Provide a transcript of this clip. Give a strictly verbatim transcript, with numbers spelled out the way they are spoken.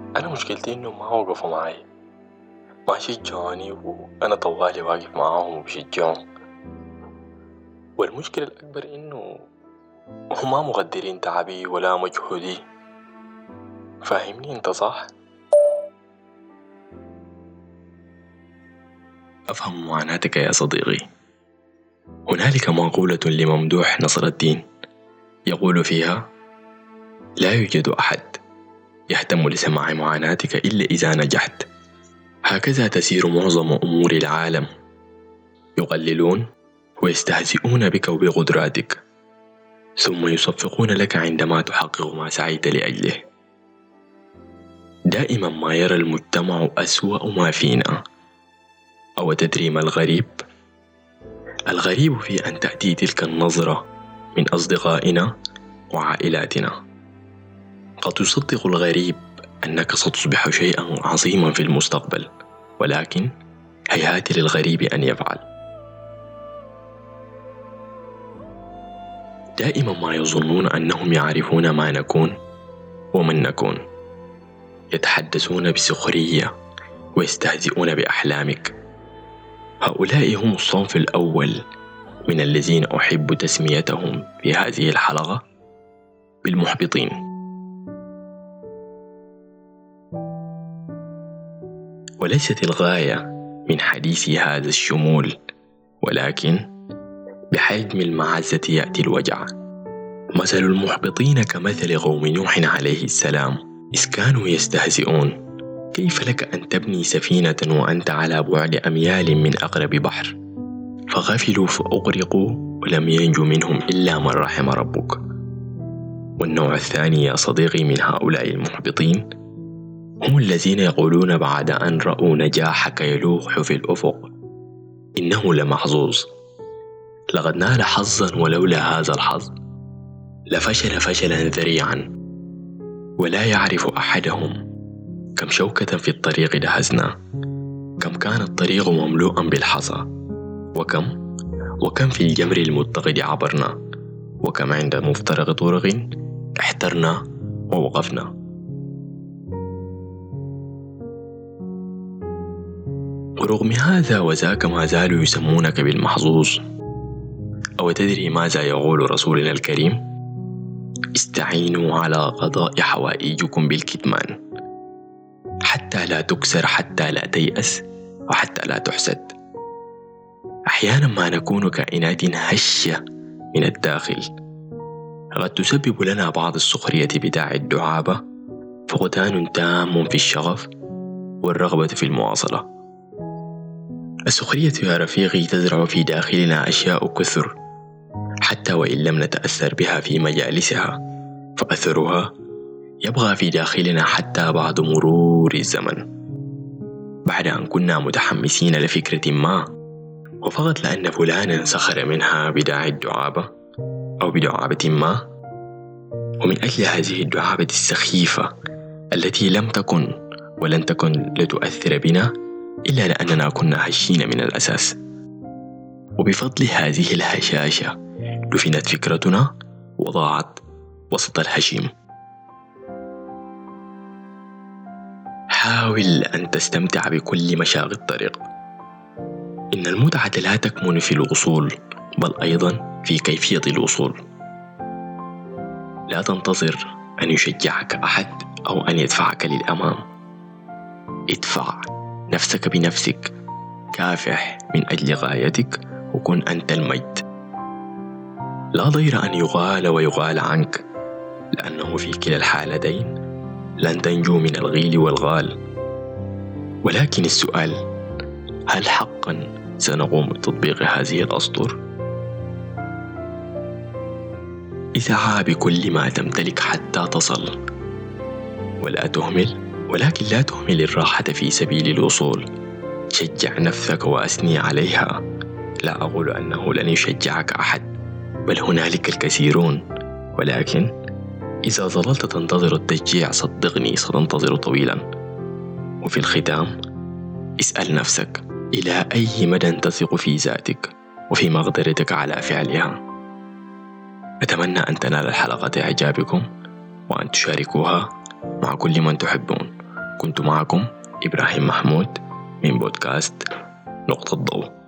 أنا مشكلتي إنهم ما وقفوا معي، ما شجعوني وأنا طوالي واقف معاهم وبشجعهم. والمشكلة الأكبر إنه هم ما مقدرين تعبي ولا مجهودي. فاهمني أنت صح؟ أفهم معاناتك يا صديقي. هنالك مقولة لممدوح نصر الدين يقول فيها: لا يوجد أحد يهتم لسماع معاناتك إلا إذا نجحت. هكذا تسير معظم أمور العالم، يقللون ويستهزئون بك وبقدراتك، ثم يصفقون لك عندما تحقق ما سعيت لأجله. دائما ما يرى المجتمع أسوأ ما فينا. أو تدري ما الغريب؟ الغريب في أن تأتي تلك النظرة من أصدقائنا وعائلاتنا. قد يصدق الغريب أنك ستصبح شيئا عظيما في المستقبل، ولكن هيهات للغريب أن يفعل. دائما ما يظنون أنهم يعرفون ما نكون ومن نكون. يتحدثون بسخرية ويستهزئون بأحلامك. هؤلاء هم الصنف الأول من الذين أحب تسميتهم في هذه الحلقة بالمحبطين. وليست الغاية من حديث هذا الشمول، ولكن بحجم المعزة يأتي الوجع. مثل المحبطين كمثل قوم نوح عليه السلام، إذ كانوا يستهزئون: كيف لك أن تبني سفينة وأنت على بعد أميال من أقرب بحر؟ فغفلوا فأغرقوا ولم ينجو منهم إلا من رحم ربك. والنوع الثاني يا صديقي من هؤلاء المحبطين هم الذين يقولون بعد أن رأوا نجاحك يلوح في الأفق: إنه لمحظوظ، لقد نال حظا، ولولا هذا الحظ لفشل فشلا ذريعا. ولا يعرف أحدهم كم شوكة في الطريق دهسنا، كم كان الطريق مملوءا بالحصى، وكم وكم في الجمر المتقد عبرنا، وكم عند مفترق طرق احترنا ووقفنا. ورغم هذا وذاك ما زالوا يسمونك بالمحظوظ. أو تدري ماذا يقول رسولنا الكريم؟ استعينوا على قضاء حوائجكم بالكتمان، حتى لا تكسر، حتى لا تيأس، وحتى لا تحسد. أحيانا ما نكون كائنات هشة من الداخل، قد تسبب لنا بعض السخرية بداعي الدعابة، فقدان تام في الشغف والرغبة في المواصلة. السخرية يا رفيقي تزرع في داخلنا أشياء كثر، حتى وإن لم نتأثر بها في مجالسها، فأثرها يبقى في داخلنا حتى بعد مرور الزمن، بعد أن كنا متحمسين لفكرة ما، وفقط لأن فلانا سخر منها بداعي الدعابة أو بدعابة ما، ومن أجل هذه الدعابة السخيفة التي لم تكن ولن تكن لتؤثر بنا إلا لأننا كنا هشين من الأساس. وبفضل هذه الهشاشة دفنت فكرتنا وضاعت وسط الهشيم. حاول أن تستمتع بكل مشاغل الطريق. إن المتعة لا تكمن في الوصول، بل أيضا في كيفية الوصول. لا تنتظر أن يشجعك أحد أو أن يدفعك للأمام. ادفع نفسك بنفسك، كافح من أجل غايتك، وكن أنت المجد. لا ضير أن يغال ويغال عنك، لأنه في كلا الحالتين لن تنجو من الغيل والغال. ولكن السؤال: هل حقا سنقوم بتطبيق هذه الأسطر؟ اسعى بكل ما تمتلك حتى تصل، ولا تهمل، ولكن لا تهمل الراحة في سبيل الوصول. شجع نفسك وأثني عليها. لا أقول أنه لن يشجعك أحد، بل هنالك الكثيرون، ولكن إذا ظللت تنتظر التشجيع صدقني ستنتظر طويلا. وفي الختام اسأل نفسك: إلى أي مدى تثق في ذاتك وفي مقدرتك على فعلها؟ أتمنى أن تنال الحلقة إعجابكم وأن تشاركوها مع كل من تحبون. كنت معكم إبراهيم محمود من بودكاست نقطة ضوء.